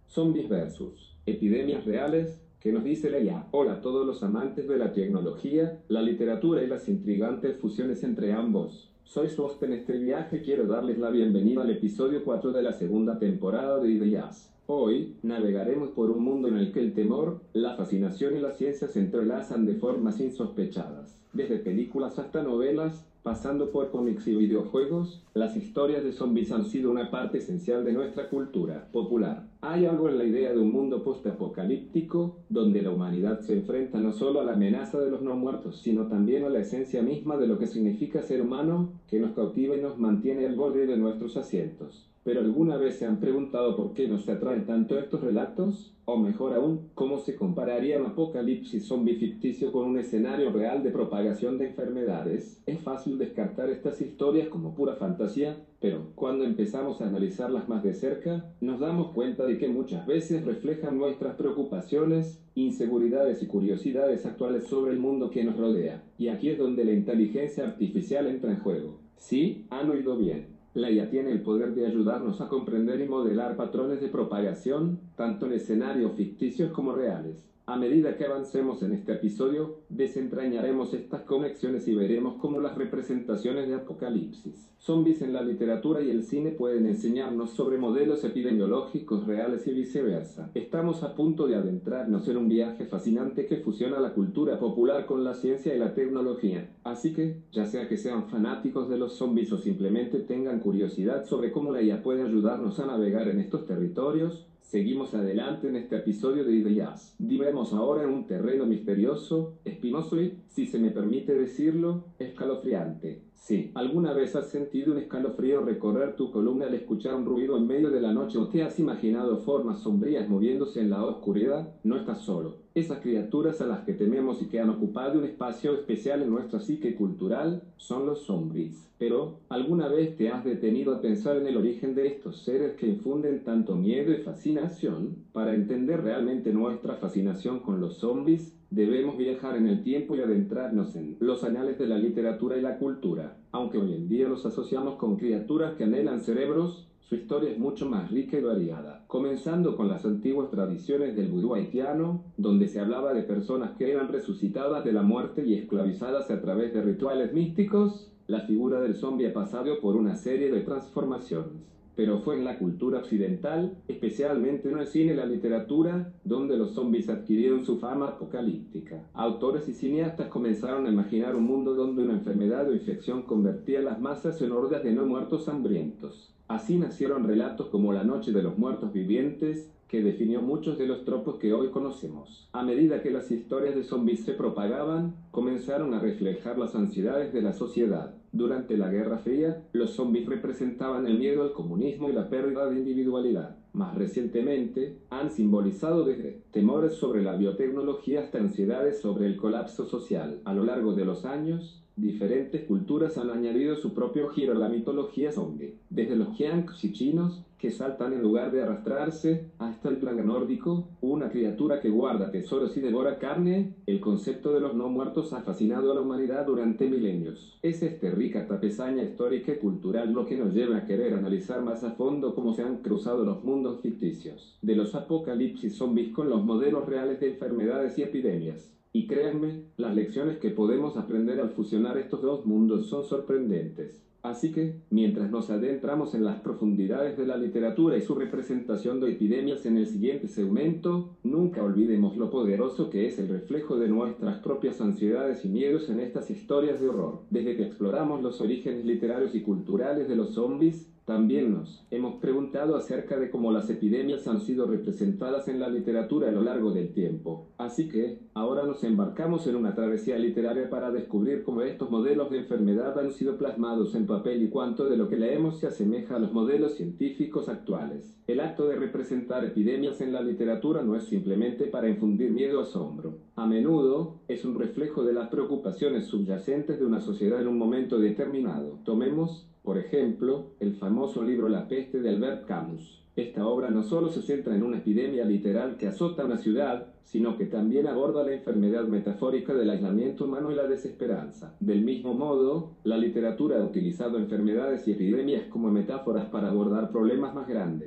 Zombies versus epidemias reales. ¿Qué nos dice la IA? Hola a todos los amantes de la tecnología, la literatura y las intrigantes fusiones entre ambos. Soy su host en este viaje. Quiero darles la bienvenida al episodio 4 de la segunda temporada de Ideas. Hoy, navegaremos por un mundo en el que el temor, la fascinación y la ciencia se entrelazan de formas insospechadas. Desde películas hasta novelas, pasando por cómics y videojuegos, las historias de zombies han sido una parte esencial de nuestra cultura popular. Hay algo en la idea de un mundo post-apocalíptico, donde la humanidad se enfrenta no solo a la amenaza de los no muertos, sino también a la esencia misma de lo que significa ser humano, que nos cautiva y nos mantiene al borde de nuestros asientos. ¿Pero alguna vez se han preguntado por qué nos atraen tanto estos relatos? O mejor aún, ¿cómo se compararía un apocalipsis zombie ficticio con un escenario real de propagación de enfermedades? Es fácil descartar estas historias como pura fantasía, pero cuando empezamos a analizarlas más de cerca, nos damos cuenta de que muchas veces reflejan nuestras preocupaciones, inseguridades y curiosidades actuales sobre el mundo que nos rodea. Y aquí es donde la inteligencia artificial entra en juego. Sí, han oído bien. La IA tiene el poder de ayudarnos a comprender y modelar patrones de propagación, tanto en escenarios ficticios como reales. A medida que avancemos en este episodio, desentrañaremos estas conexiones y veremos cómo las representaciones de apocalipsis, zombies en la literatura y el cine pueden enseñarnos sobre modelos epidemiológicos reales y viceversa. Estamos a punto de adentrarnos en un viaje fascinante que fusiona la cultura popular con la ciencia y la tecnología. Así que, ya sea que sean fanáticos de los zombies o simplemente tengan curiosidad sobre cómo la IA puede ayudarnos a navegar en estos territorios, seguimos adelante en este episodio de Ideas. Vivemos ahora en un terreno misterioso, espinoso y, si se me permite decirlo, escalofriante. Sí, ¿alguna vez has sentido un escalofrío recorrer tu columna al escuchar un ruido en medio de la noche o te has imaginado formas sombrías moviéndose en la oscuridad? No estás solo. Esas criaturas a las que tememos y que han ocupado un espacio especial en nuestra psique cultural son los zombies. Pero, ¿alguna vez te has detenido a pensar en el origen de estos seres que infunden tanto miedo y fascinación? Para entender realmente nuestra fascinación con los zombies, debemos viajar en el tiempo y adentrarnos en los anales de la literatura y la cultura. Aunque hoy en día los asociamos con criaturas que anhelan cerebros, su historia es mucho más rica y variada, comenzando con las antiguas tradiciones del vudú haitiano, donde se hablaba de personas que eran resucitadas de la muerte y esclavizadas a través de rituales místicos. La figura del zombie ha pasado por una serie de transformaciones, pero fue en la cultura occidental, especialmente en el cine y la literatura, donde los zombies adquirieron su fama apocalíptica. Autores y cineastas comenzaron a imaginar un mundo donde una enfermedad o infección convertía a las masas en hordas de no muertos hambrientos. Así nacieron relatos como La Noche de los Muertos Vivientes, que definió muchos de los tropos que hoy conocemos. A medida que las historias de zombies se propagaban, comenzaron a reflejar las ansiedades de la sociedad. Durante la Guerra Fría, los zombies representaban el miedo al comunismo y la pérdida de individualidad. Más recientemente, han simbolizado desde temores sobre la biotecnología hasta ansiedades sobre el colapso social. A lo largo de los años, diferentes culturas han añadido su propio giro a la mitología zombie, desde los qiangs y chinos, que saltan en lugar de arrastrarse, hasta el plan nórdico, una criatura que guarda tesoros y devora carne. El concepto de los no muertos ha fascinado a la humanidad durante milenios. Es esta rica trapezaña histórica y cultural lo que nos lleva a querer analizar más a fondo cómo se han cruzado los mundos ficticios, de los apocalipsis zombies con los modelos reales de enfermedades y epidemias. Y créanme, las lecciones que podemos aprender al fusionar estos dos mundos son sorprendentes. Así que, mientras nos adentramos en las profundidades de la literatura y su representación de epidemias en el siguiente segmento, nunca olvidemos lo poderoso que es el reflejo de nuestras propias ansiedades y miedos en estas historias de horror. Desde que exploramos los orígenes literarios y culturales de los zombies, también nos hemos preguntado acerca de cómo las epidemias han sido representadas en la literatura a lo largo del tiempo. Así que, ahora nos embarcamos en una travesía literaria para descubrir cómo estos modelos de enfermedad han sido plasmados en papel y cuánto de lo que leemos se asemeja a los modelos científicos actuales. El acto de representar epidemias en la literatura no es simplemente para infundir miedo o asombro. A menudo, es un reflejo de las preocupaciones subyacentes de una sociedad en un momento determinado. Tomemos, por ejemplo, el famoso libro La peste de Albert Camus. Esta obra no solo se centra en una epidemia literal que azota una ciudad, sino que también aborda la enfermedad metafórica del aislamiento humano y la desesperanza. Del mismo modo, la literatura ha utilizado enfermedades y epidemias como metáforas para abordar problemas más grandes,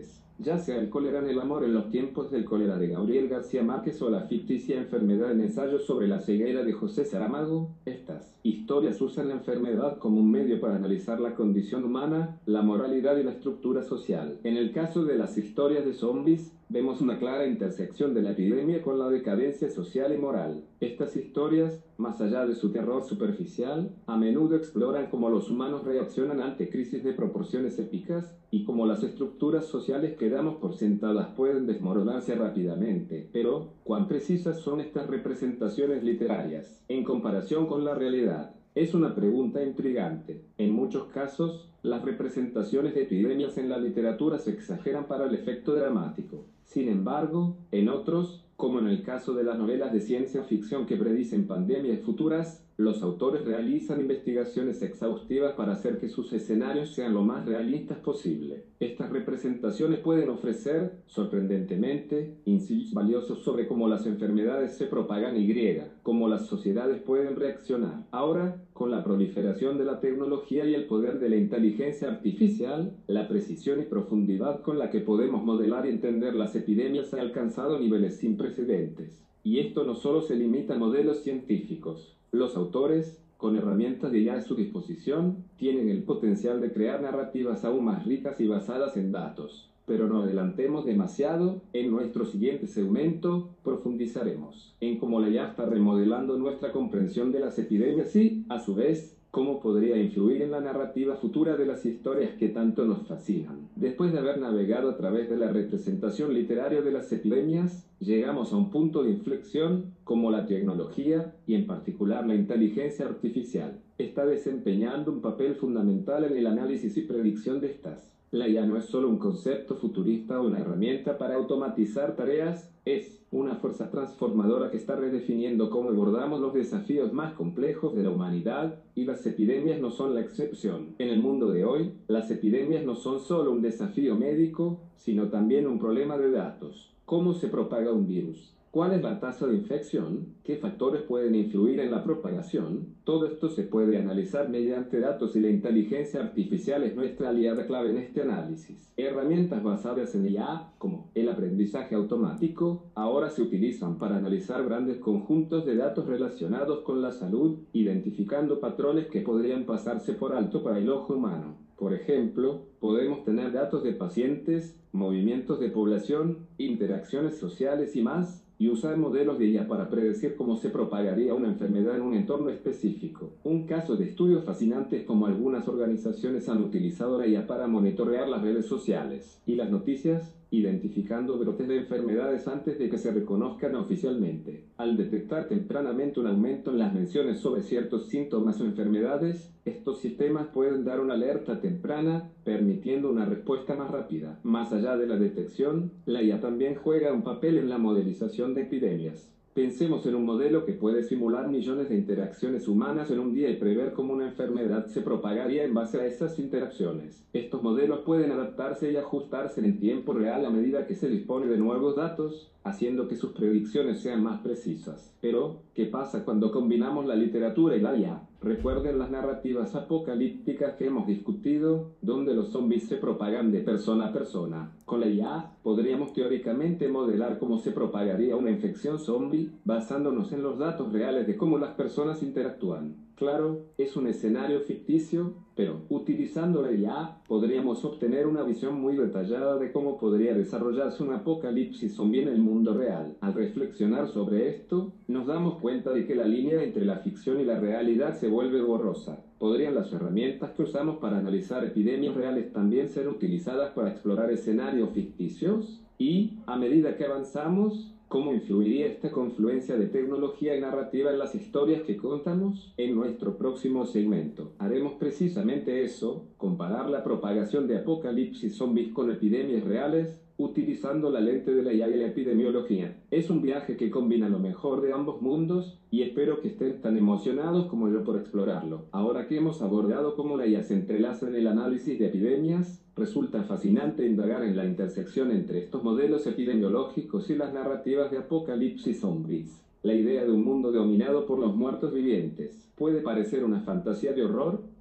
ya sea el cólera en el amor en los tiempos del cólera de Gabriel García Márquez o la ficticia enfermedad en ensayo sobre la ceguera de José Saramago. Estas historias usan la enfermedad como un medio para analizar la condición humana, la moralidad y la estructura social. En el caso de las historias de zombies, vemos una clara intersección de la epidemia con la decadencia social y moral. Estas historias, más allá de su terror superficial, a menudo exploran cómo los humanos reaccionan ante crisis de proporciones épicas y cómo las estructuras sociales que damos por sentadas pueden desmoronarse rápidamente. Pero, ¿cuán precisas son estas representaciones literarias en comparación con la realidad? Es una pregunta intrigante. En muchos casos, las representaciones de epidemias en la literatura se exageran para el efecto dramático. Sin embargo, en otros, como en el caso de las novelas de ciencia ficción que predicen pandemias futuras, los autores realizan investigaciones exhaustivas para hacer que sus escenarios sean lo más realistas posible. Estas representaciones pueden ofrecer, sorprendentemente, insights valiosos sobre cómo las enfermedades se propagan y cómo las sociedades pueden reaccionar. Ahora, con la proliferación de la tecnología y el poder de la inteligencia artificial, la precisión y profundidad con la que podemos modelar y entender las epidemias ha alcanzado niveles sin precedentes. Y esto no solo se limita a modelos científicos. Los autores, con herramientas de IA a su disposición, tienen el potencial de crear narrativas aún más ricas y basadas en datos. Pero no adelantemos demasiado. En nuestro siguiente segmento, profundizaremos en cómo la IA está remodelando nuestra comprensión de las epidemias y, a su vez, cómo podría influir en la narrativa futura de las historias que tanto nos fascinan. Después de haber navegado a través de la representación literaria de las epidemias, llegamos a un punto de inflexión, como la tecnología, y en particular la inteligencia artificial, está desempeñando un papel fundamental en el análisis y predicción de estas. La IA no es solo un concepto futurista o una herramienta para automatizar tareas, es una fuerza transformadora que está redefiniendo cómo abordamos los desafíos más complejos de la humanidad, y las epidemias no son la excepción. En el mundo de hoy, las epidemias no son solo un desafío médico, sino también un problema de datos. ¿Cómo se propaga un virus? ¿Cuál es la tasa de infección? ¿Qué factores pueden influir en la propagación? Todo esto se puede analizar mediante datos y la inteligencia artificial es nuestra aliada clave en este análisis. Herramientas basadas en IA, como el aprendizaje automático, ahora se utilizan para analizar grandes conjuntos de datos relacionados con la salud, identificando patrones que podrían pasarse por alto para el ojo humano. Por ejemplo, podemos tener datos de pacientes, movimientos de población, interacciones sociales y más, y usar modelos de IA para predecir cómo se propagaría una enfermedad en un entorno específico. Un caso de estudio fascinante es cómo algunas organizaciones han utilizado la IA para monitorear las redes sociales y las noticias, identificando brotes de enfermedades antes de que se reconozcan oficialmente. Al detectar tempranamente un aumento en las menciones sobre ciertos síntomas o enfermedades, estos sistemas pueden dar una alerta temprana, permitiendo una respuesta más rápida. Más allá de la detección, la IA también juega un papel en la modelización de epidemias. Pensemos en un modelo que puede simular millones de interacciones humanas en un día y prever cómo una enfermedad se propagaría en base a esas interacciones. Estos modelos pueden adaptarse y ajustarse en tiempo real a medida que se dispone de nuevos datos, haciendo que sus predicciones sean más precisas. Pero, ¿qué pasa cuando combinamos la literatura y la IA? Recuerden las narrativas apocalípticas que hemos discutido, donde los zombies se propagan de persona a persona. Con la IA, podríamos teóricamente modelar cómo se propagaría una infección zombie, basándonos en los datos reales de cómo las personas interactúan. Claro, es un escenario ficticio, pero utilizando la IA podríamos obtener una visión muy detallada de cómo podría desarrollarse un apocalipsis zombie en el mundo real. Al reflexionar sobre esto, nos damos cuenta de que la línea entre la ficción y la realidad se vuelve borrosa. ¿Podrían las herramientas que usamos para analizar epidemias reales también ser utilizadas para explorar escenarios ficticios? Y, a medida que avanzamos, ¿cómo influiría esta confluencia de tecnología y narrativa en las historias que contamos? En nuestro próximo segmento haremos precisamente eso, comparar la propagación de apocalipsis zombies con epidemias reales, utilizando la lente de la IA y la epidemiología. Es un viaje que combina lo mejor de ambos mundos y espero que estén tan emocionados como yo por explorarlo. Ahora que hemos abordado cómo la IA se entrelaza en el análisis de epidemias, resulta fascinante indagar en la intersección entre estos modelos epidemiológicos y las narrativas de apocalipsis zombies. La idea de un mundo dominado por los muertos vivientes puede parecer una fantasía de horror,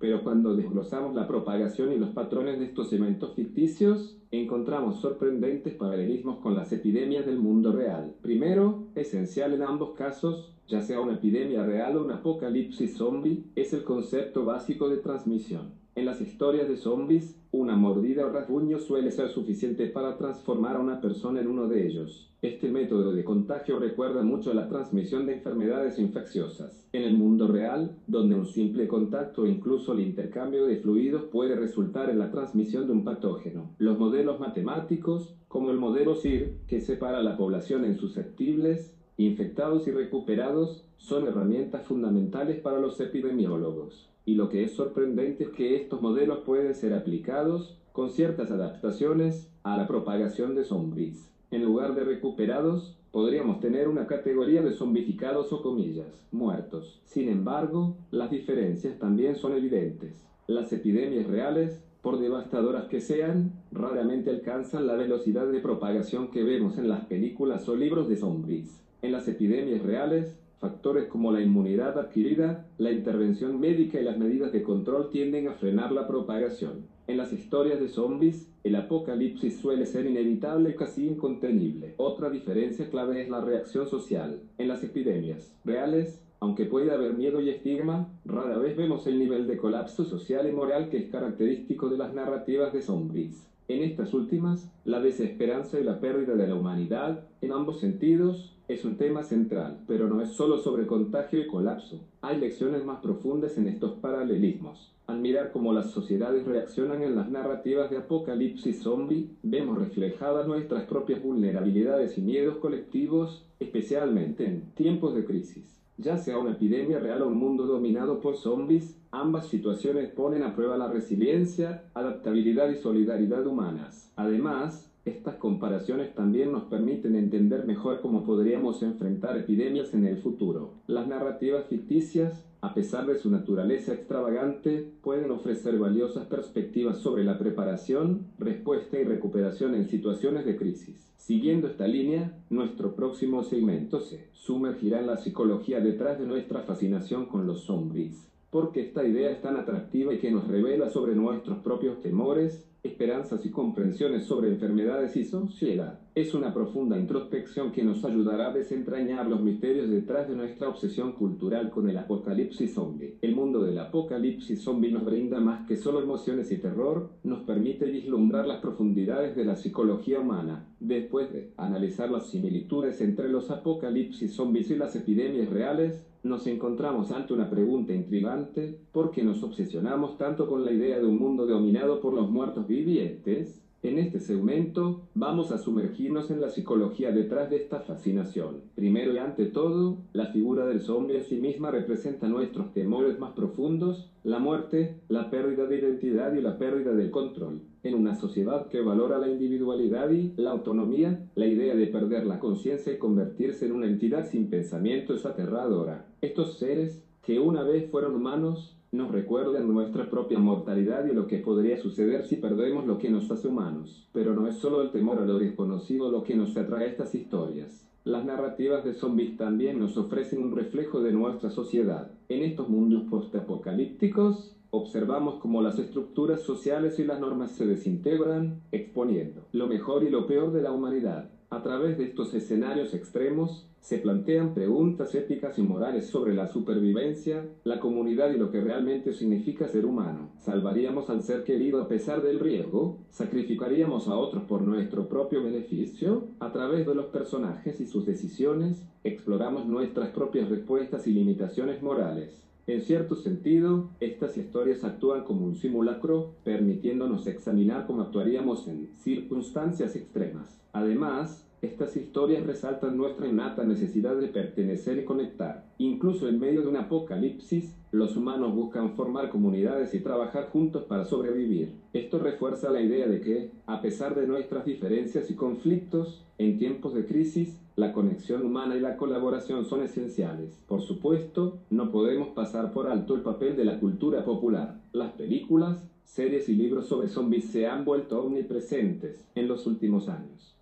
Pero cuando desglosamos la propagación y los patrones de estos eventos ficticios, encontramos sorprendentes paralelismos con las epidemias del mundo real. Primero, esencial en ambos casos, ya sea una epidemia real o un apocalipsis zombie, es el concepto básico de transmisión. En las historias de zombies, una mordida o rasguño suele ser suficiente para transformar a una persona en uno de ellos. Este método de contagio recuerda mucho a la transmisión de enfermedades infecciosas. En el mundo real, donde un simple contacto o incluso el intercambio de fluidos puede resultar en la transmisión de un patógeno. Los modelos matemáticos, como el modelo SIR, que separa a la población en susceptibles, infectados y recuperados, son herramientas fundamentales para los epidemiólogos. Y lo que es sorprendente es que estos modelos pueden ser aplicados, con ciertas adaptaciones, a la propagación de zombies. En lugar de recuperados, podríamos tener una categoría de zombificados o comillas, muertos. Sin embargo, las diferencias también son evidentes. Las epidemias reales, por devastadoras que sean, raramente alcanzan la velocidad de propagación que vemos en las películas o libros de zombies. En las epidemias reales, factores como la inmunidad adquirida, la intervención médica y las medidas de control tienden a frenar la propagación. En las historias de zombies, el apocalipsis suele ser inevitable y casi incontenible. Otra diferencia clave es la reacción social. En las epidemias reales, aunque puede haber miedo y estigma, rara vez vemos el nivel de colapso social y moral que es característico de las narrativas de zombies. En estas últimas, la desesperanza y la pérdida de la humanidad, en ambos sentidos, es un tema central, pero no es solo sobre contagio y colapso. Hay lecciones más profundas en estos paralelismos. Al mirar cómo las sociedades reaccionan en las narrativas de apocalipsis zombie, vemos reflejadas nuestras propias vulnerabilidades y miedos colectivos, especialmente en tiempos de crisis. Ya sea una epidemia real o un mundo dominado por zombies, ambas situaciones ponen a prueba la resiliencia, adaptabilidad y solidaridad humanas. Además, estas comparaciones también nos permiten entender mejor cómo podríamos enfrentar epidemias en el futuro. Las narrativas ficticias, a pesar de su naturaleza extravagante, pueden ofrecer valiosas perspectivas sobre la preparación, respuesta y recuperación en situaciones de crisis. Siguiendo esta línea, nuestro próximo segmento se sumergirá en la psicología detrás de nuestra fascinación con los zombies. Porque esta idea es tan atractiva y que nos revela sobre nuestros propios temores, esperanzas y comprensiones sobre enfermedades y sociedad. Es una profunda introspección que nos ayudará a desentrañar los misterios detrás de nuestra obsesión cultural con el apocalipsis zombie. El mundo del apocalipsis zombie nos brinda más que solo emociones y terror, nos permite vislumbrar las profundidades de la psicología humana. Después de analizar las similitudes entre los apocalipsis zombies y las epidemias reales, nos encontramos ante una pregunta intrigante: ¿por qué nos obsesionamos tanto con la idea de un mundo dominado por los muertos vivientes? En este segmento, vamos a sumergirnos en la psicología detrás de esta fascinación. Primero y ante todo, la figura del zombie en sí misma representa nuestros temores más profundos, la muerte, la pérdida de identidad y la pérdida del control. En una sociedad que valora la individualidad y la autonomía, la idea de perder la conciencia y convertirse en una entidad sin pensamiento es aterradora. Estos seres, que una vez fueron humanos, nos recuerdan nuestra propia mortalidad y lo que podría suceder si perdemos lo que nos hace humanos. Pero no es solo el temor a lo desconocido lo que nos atrae a estas historias. Las narrativas de zombies también nos ofrecen un reflejo de nuestra sociedad. En estos mundos postapocalípticos, observamos cómo las estructuras sociales y las normas se desintegran, exponiendo lo mejor y lo peor de la humanidad. A través de estos escenarios extremos, se plantean preguntas éticas y morales sobre la supervivencia, la comunidad y lo que realmente significa ser humano. ¿Salvaríamos al ser querido a pesar del riesgo? ¿Sacrificaríamos a otros por nuestro propio beneficio? A través de los personajes y sus decisiones, exploramos nuestras propias respuestas y limitaciones morales. En cierto sentido, estas historias actúan como un simulacro, permitiéndonos examinar cómo actuaríamos en circunstancias extremas. Además, estas historias resaltan nuestra innata necesidad de pertenecer y conectar. Incluso en medio de un apocalipsis, los humanos buscan formar comunidades y trabajar juntos para sobrevivir. Esto refuerza la idea de que, a pesar de nuestras diferencias y conflictos, en tiempos de crisis, la conexión humana y la colaboración son esenciales. Por supuesto, no podemos pasar por alto el papel de la cultura popular. Las películas, series y libros sobre zombies se han vuelto omnipresentes en los últimos años.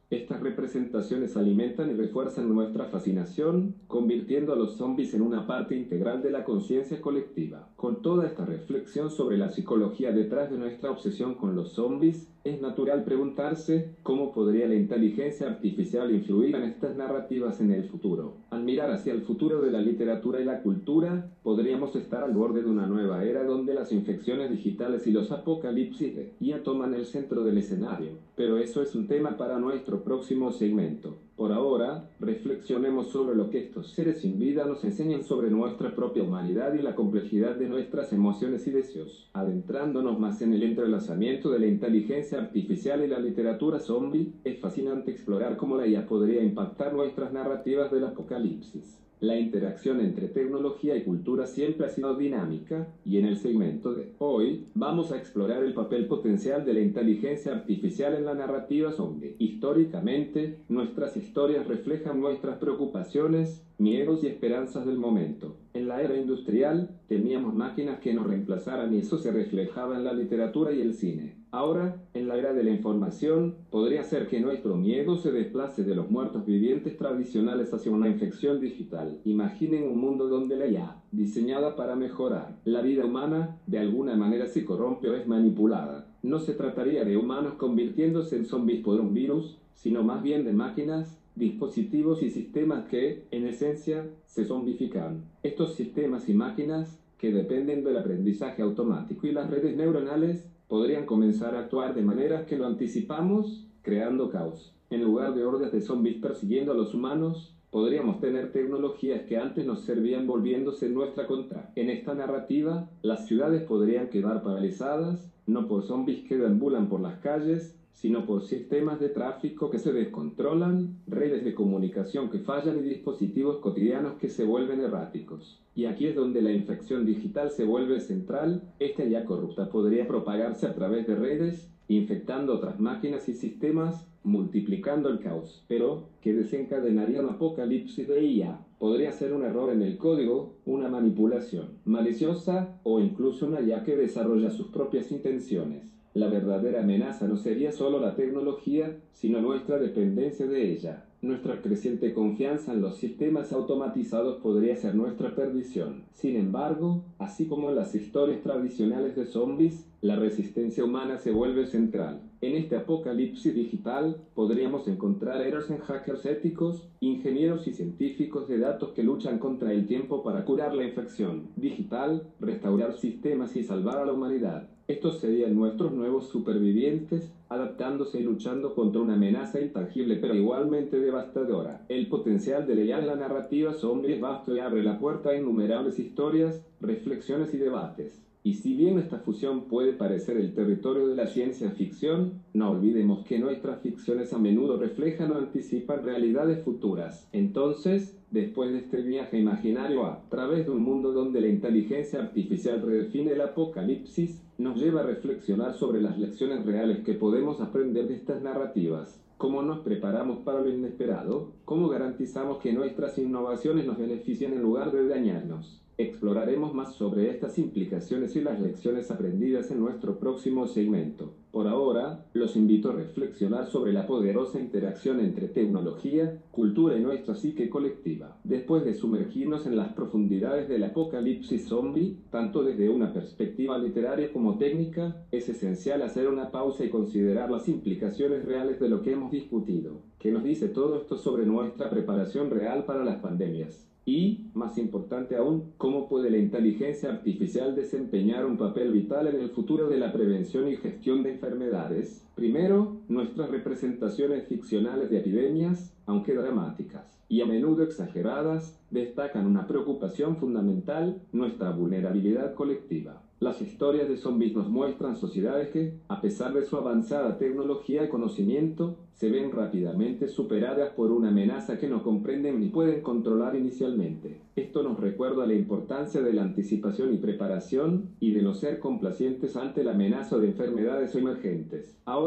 Estas representaciones alimentan y refuerzan nuestra fascinación, convirtiendo a los zombies en una parte integral de la conciencia colectiva. Con toda esta reflexión sobre la psicología detrás de nuestra obsesión con los zombies, es natural preguntarse cómo podría la inteligencia artificial influir en estas narrativas en el futuro. Al mirar hacia el futuro de la literatura y la cultura, podríamos estar al borde de una nueva era donde las infecciones digitales y los apocalipsis ya toman el centro del escenario. Pero eso es un tema para nuestro próximo segmento. Por ahora, reflexionemos sobre lo que estos seres sin vida nos enseñan sobre nuestra propia humanidad y la complejidad de nuestras emociones y deseos. Adentrándonos más en el entrelazamiento de la inteligencia artificial y la literatura zombie, es fascinante explorar cómo la IA podría impactar nuestras narrativas del apocalipsis. La interacción entre tecnología y cultura siempre ha sido dinámica, y en el segmento de hoy vamos a explorar el papel potencial de la inteligencia artificial en la narrativa zombie. Históricamente, nuestras historias reflejan nuestras preocupaciones, miedos y esperanzas del momento. En la era industrial, temíamos máquinas que nos reemplazaran y eso se reflejaba en la literatura y el cine. Ahora, en la era de la información, podría ser que nuestro miedo se desplace de los muertos vivientes tradicionales hacia una infección digital. Imaginen un mundo donde la IA, diseñada para mejorar la vida humana, de alguna manera se corrompe o es manipulada. No se trataría de humanos convirtiéndose en zombies por un virus, sino más bien de máquinas, dispositivos y sistemas que, en esencia, se zombifican. Estos sistemas y máquinas, que dependen del aprendizaje automático y las redes neuronales, podrían comenzar a actuar de maneras que lo anticipamos, creando caos. En lugar de hordas de zombies persiguiendo a los humanos, podríamos tener tecnologías que antes nos servían volviéndose en nuestra contra. En esta narrativa, las ciudades podrían quedar paralizadas, no por zombies que deambulan por las calles, sino por sistemas de tráfico que se descontrolan, redes de comunicación que fallan y dispositivos cotidianos que se vuelven erráticos. Y aquí es donde la infección digital se vuelve central. Esta ya corrupta podría propagarse a través de redes, infectando otras máquinas y sistemas, multiplicando el caos. Pero, ¿qué desencadenaría un apocalipsis de IA? Podría ser un error en el código, una manipulación maliciosa o incluso una IA que desarrolla sus propias intenciones. La verdadera amenaza no sería solo la tecnología, sino nuestra dependencia de ella. Nuestra creciente confianza en los sistemas automatizados podría ser nuestra perdición. Sin embargo, así como en las historias tradicionales de zombies, la resistencia humana se vuelve central. En este apocalipsis digital, podríamos encontrar héroes en hackers éticos, ingenieros y científicos de datos que luchan contra el tiempo para curar la infección digital, restaurar sistemas y salvar a la humanidad. Estos serían nuestros nuevos supervivientes, adaptándose y luchando contra una amenaza intangible pero igualmente devastadora. El potencial de la IA en la narrativa zombie es vasto y abre la puerta a innumerables historias, reflexiones y debates. Y si bien esta fusión puede parecer el territorio de la ciencia ficción, no olvidemos que nuestras ficciones a menudo reflejan o anticipan realidades futuras. Entonces, después de este viaje imaginario a través de un mundo donde la inteligencia artificial redefine el apocalipsis, nos lleva a reflexionar sobre las lecciones reales que podemos aprender de estas narrativas. ¿Cómo nos preparamos para lo inesperado? ¿Cómo garantizamos que nuestras innovaciones nos beneficien en lugar de dañarnos? Exploraremos más sobre estas implicaciones y las lecciones aprendidas en nuestro próximo segmento. Por ahora, los invito a reflexionar sobre la poderosa interacción entre tecnología, cultura y nuestra psique colectiva. Después de sumergirnos en las profundidades del apocalipsis zombie, tanto desde una perspectiva literaria como técnica, es esencial hacer una pausa y considerar las implicaciones reales de lo que hemos discutido. ¿Qué nos dice todo esto sobre nuestra preparación real para las pandemias? Y, más importante aún, ¿cómo puede la inteligencia artificial desempeñar un papel vital en el futuro de la prevención y gestión de enfermedades? Primero, nuestras representaciones ficcionales de epidemias, aunque dramáticas y a menudo exageradas, destacan una preocupación fundamental: nuestra vulnerabilidad colectiva. Las historias de zombies nos muestran sociedades que, a pesar de su avanzada tecnología y conocimiento, se ven rápidamente superadas por una amenaza que no comprenden ni pueden controlar inicialmente. Esto nos recuerda la importancia de la anticipación y preparación, y de no ser complacientes ante la amenaza de enfermedades emergentes. Ahora,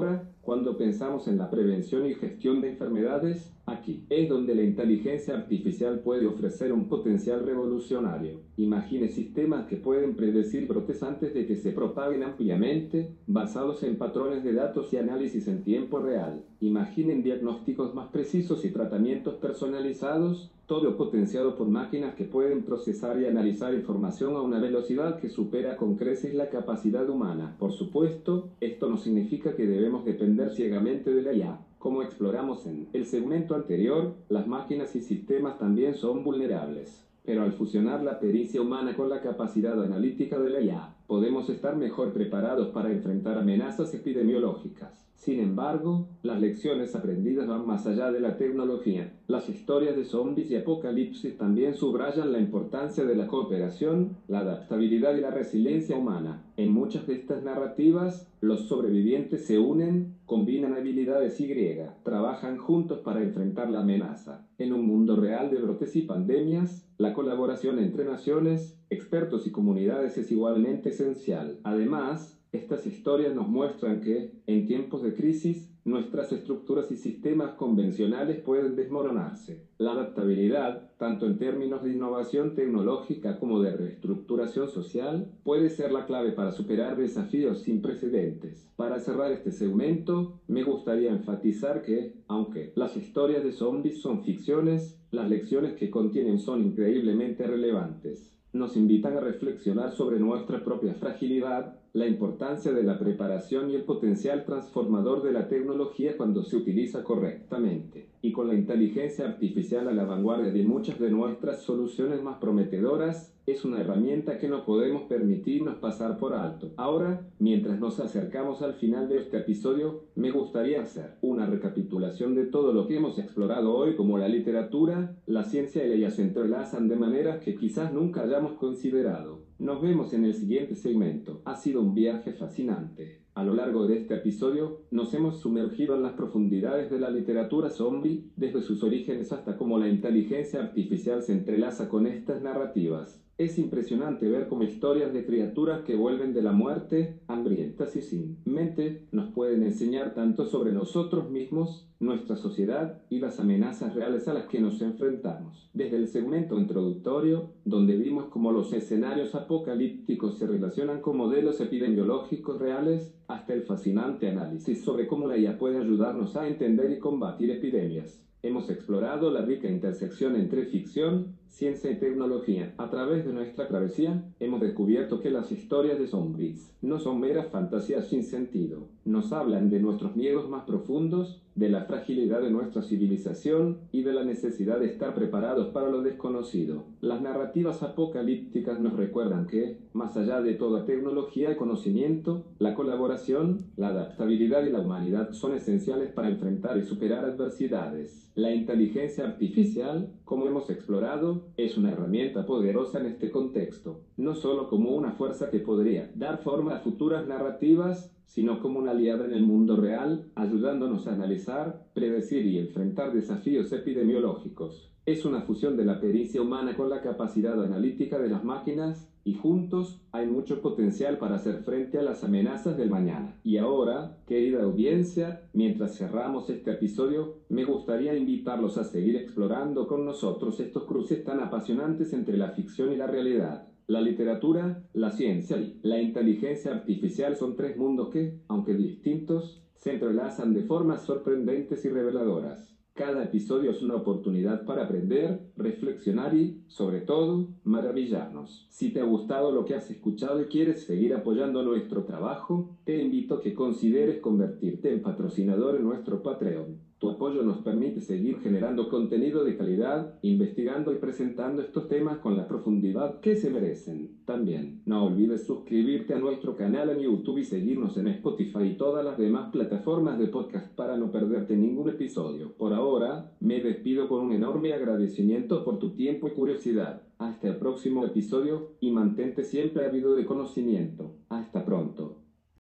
Cuando pensamos en la prevención y gestión de enfermedades, aquí es donde la inteligencia artificial puede ofrecer un potencial revolucionario. Imagine sistemas que pueden predecir brotes antes de que se propaguen ampliamente, basados en patrones de datos y análisis en tiempo real. Imaginen diagnósticos más precisos y tratamientos personalizados, todo potenciado por máquinas que pueden procesar y analizar información a una velocidad que supera con creces la capacidad humana. Por supuesto, esto no significa que debemos depender ciegamente de la IA. Como exploramos en el segmento anterior, las máquinas y sistemas también son vulnerables. Pero al fusionar la pericia humana con la capacidad analítica de la IA, podemos estar mejor preparados para enfrentar amenazas epidemiológicas. Sin embargo, las lecciones aprendidas van más allá de la tecnología. Las historias de zombies y apocalipsis también subrayan la importancia de la cooperación, la adaptabilidad y la resiliencia humana. En muchas de estas narrativas, los sobrevivientes se unen, combinan habilidades Y, trabajan juntos para enfrentar la amenaza. En un mundo real de brotes y pandemias, la colaboración entre naciones, expertos y comunidades es igualmente esencial. Además, estas historias nos muestran que, en tiempos de crisis, nuestras estructuras y sistemas convencionales pueden desmoronarse. La adaptabilidad, tanto en términos de innovación tecnológica como de reestructuración social, puede ser la clave para superar desafíos sin precedentes. Para cerrar este segmento, me gustaría enfatizar que, aunque las historias de zombies son ficciones, las lecciones que contienen son increíblemente relevantes. Nos invitan a reflexionar sobre nuestra propia fragilidad, la importancia de la preparación y el potencial transformador de la tecnología cuando se utiliza correctamente. Y con la inteligencia artificial a la vanguardia de muchas de nuestras soluciones más prometedoras, es una herramienta que no podemos permitirnos pasar por alto. Ahora, mientras nos acercamos al final de este episodio, me gustaría hacer una recapitulación de todo lo que hemos explorado hoy, como la literatura, la ciencia y la IA se entrelazan de maneras que quizás nunca hayamos considerado. Nos vemos en el siguiente segmento. Ha sido un viaje fascinante. A lo largo de este episodio, nos hemos sumergido en las profundidades de la literatura zombie, desde sus orígenes hasta cómo la inteligencia artificial se entrelaza con estas narrativas. Es impresionante ver cómo historias de criaturas que vuelven de la muerte, hambrientas y sin mente, nos pueden enseñar tanto sobre nosotros mismos, nuestra sociedad y las amenazas reales a las que nos enfrentamos. Desde el segmento introductorio, donde vimos cómo los escenarios apocalípticos se relacionan con modelos epidemiológicos reales, hasta el fascinante análisis sobre cómo la IA puede ayudarnos a entender y combatir epidemias. Hemos explorado la rica intersección entre ficción, ciencia y tecnología. A través de nuestra travesía, hemos descubierto que las historias de zombies no son meras fantasías sin sentido. Nos hablan de nuestros miedos más profundos, de la fragilidad de nuestra civilización y de la necesidad de estar preparados para lo desconocido. Las narrativas apocalípticas nos recuerdan que, más allá de toda tecnología y conocimiento, la colaboración, la adaptabilidad y la humanidad son esenciales para enfrentar y superar adversidades. La inteligencia artificial, como hemos explorado, es una herramienta poderosa en este contexto, no solo como una fuerza que podría dar forma a futuras narrativas, sino como una aliada en el mundo real, ayudándonos a analizar, predecir y enfrentar desafíos epidemiológicos. Es una fusión de la pericia humana con la capacidad analítica de las máquinas, y juntos hay mucho potencial para hacer frente a las amenazas del mañana. Y ahora, querida audiencia, mientras cerramos este episodio, me gustaría invitarlos a seguir explorando con nosotros estos cruces tan apasionantes entre la ficción y la realidad. La literatura, la ciencia y la inteligencia artificial son tres mundos que, aunque distintos, se entrelazan de formas sorprendentes y reveladoras. Cada episodio es una oportunidad para aprender, reflexionar y, sobre todo, maravillarnos. Si te ha gustado lo que has escuchado y quieres seguir apoyando nuestro trabajo, te invito a que consideres convertirte en patrocinador en nuestro Patreon. Tu apoyo nos permite seguir generando contenido de calidad, investigando y presentando estos temas con la profundidad que se merecen. También, no olvides suscribirte a nuestro canal en YouTube y seguirnos en Spotify y todas las demás plataformas de podcast para no perderte ningún episodio. Por ahora, me despido con un enorme agradecimiento por tu tiempo y curiosidad. Hasta el próximo episodio y mantente siempre ávido de conocimiento. Hasta pronto.